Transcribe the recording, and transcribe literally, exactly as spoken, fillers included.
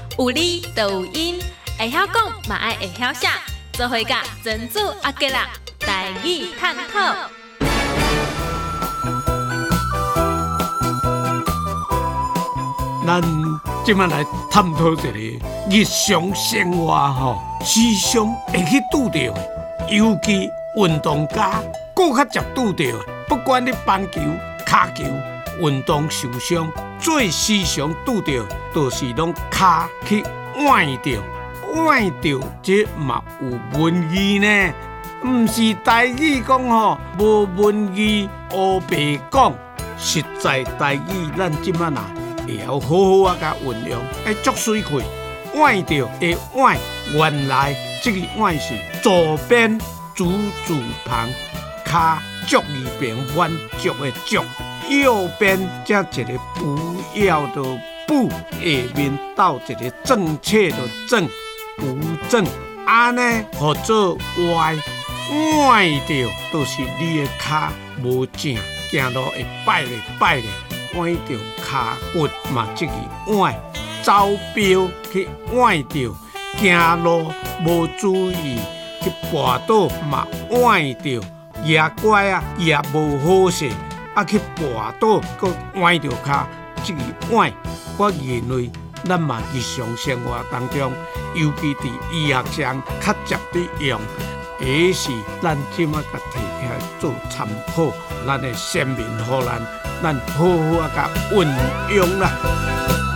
有理就有因，会晓讲嘛爱会晓写，做伙甲珍珠阿吉啦，台语探讨。 咱即摆来探讨一个日常生活吼，时常会去拄到的，尤其运动家更较常拄到的。不管你棒球、骹球运动受伤，最时常拄到就是拢骹去崴着，崴着这嘛有文字呢，毋是台语讲吼，无文字黑白讲，实在台语咱即摆呐。也要好好啊，甲运用，要足水气，崴着会崴。原来这个崴是左边足字旁，骹足二边弯足的足，右边这一个不要的不，下面倒一个正确的正，不正，安尼或做歪，崴着都是你的骹无正，行路会摆咧摆咧。崴着骹骨嘛，即个崴走标去崴着，行路无注意去跋倒嘛，崴着牙拐啊也无好势，啊去跋倒搁崴着骹，即个崴，我认为咱嘛日常生活当中，尤其伫医学上较常伫用。也是咱即马甲摕起来做参考，咱的先民好咱，咱好好啊甲运用啦。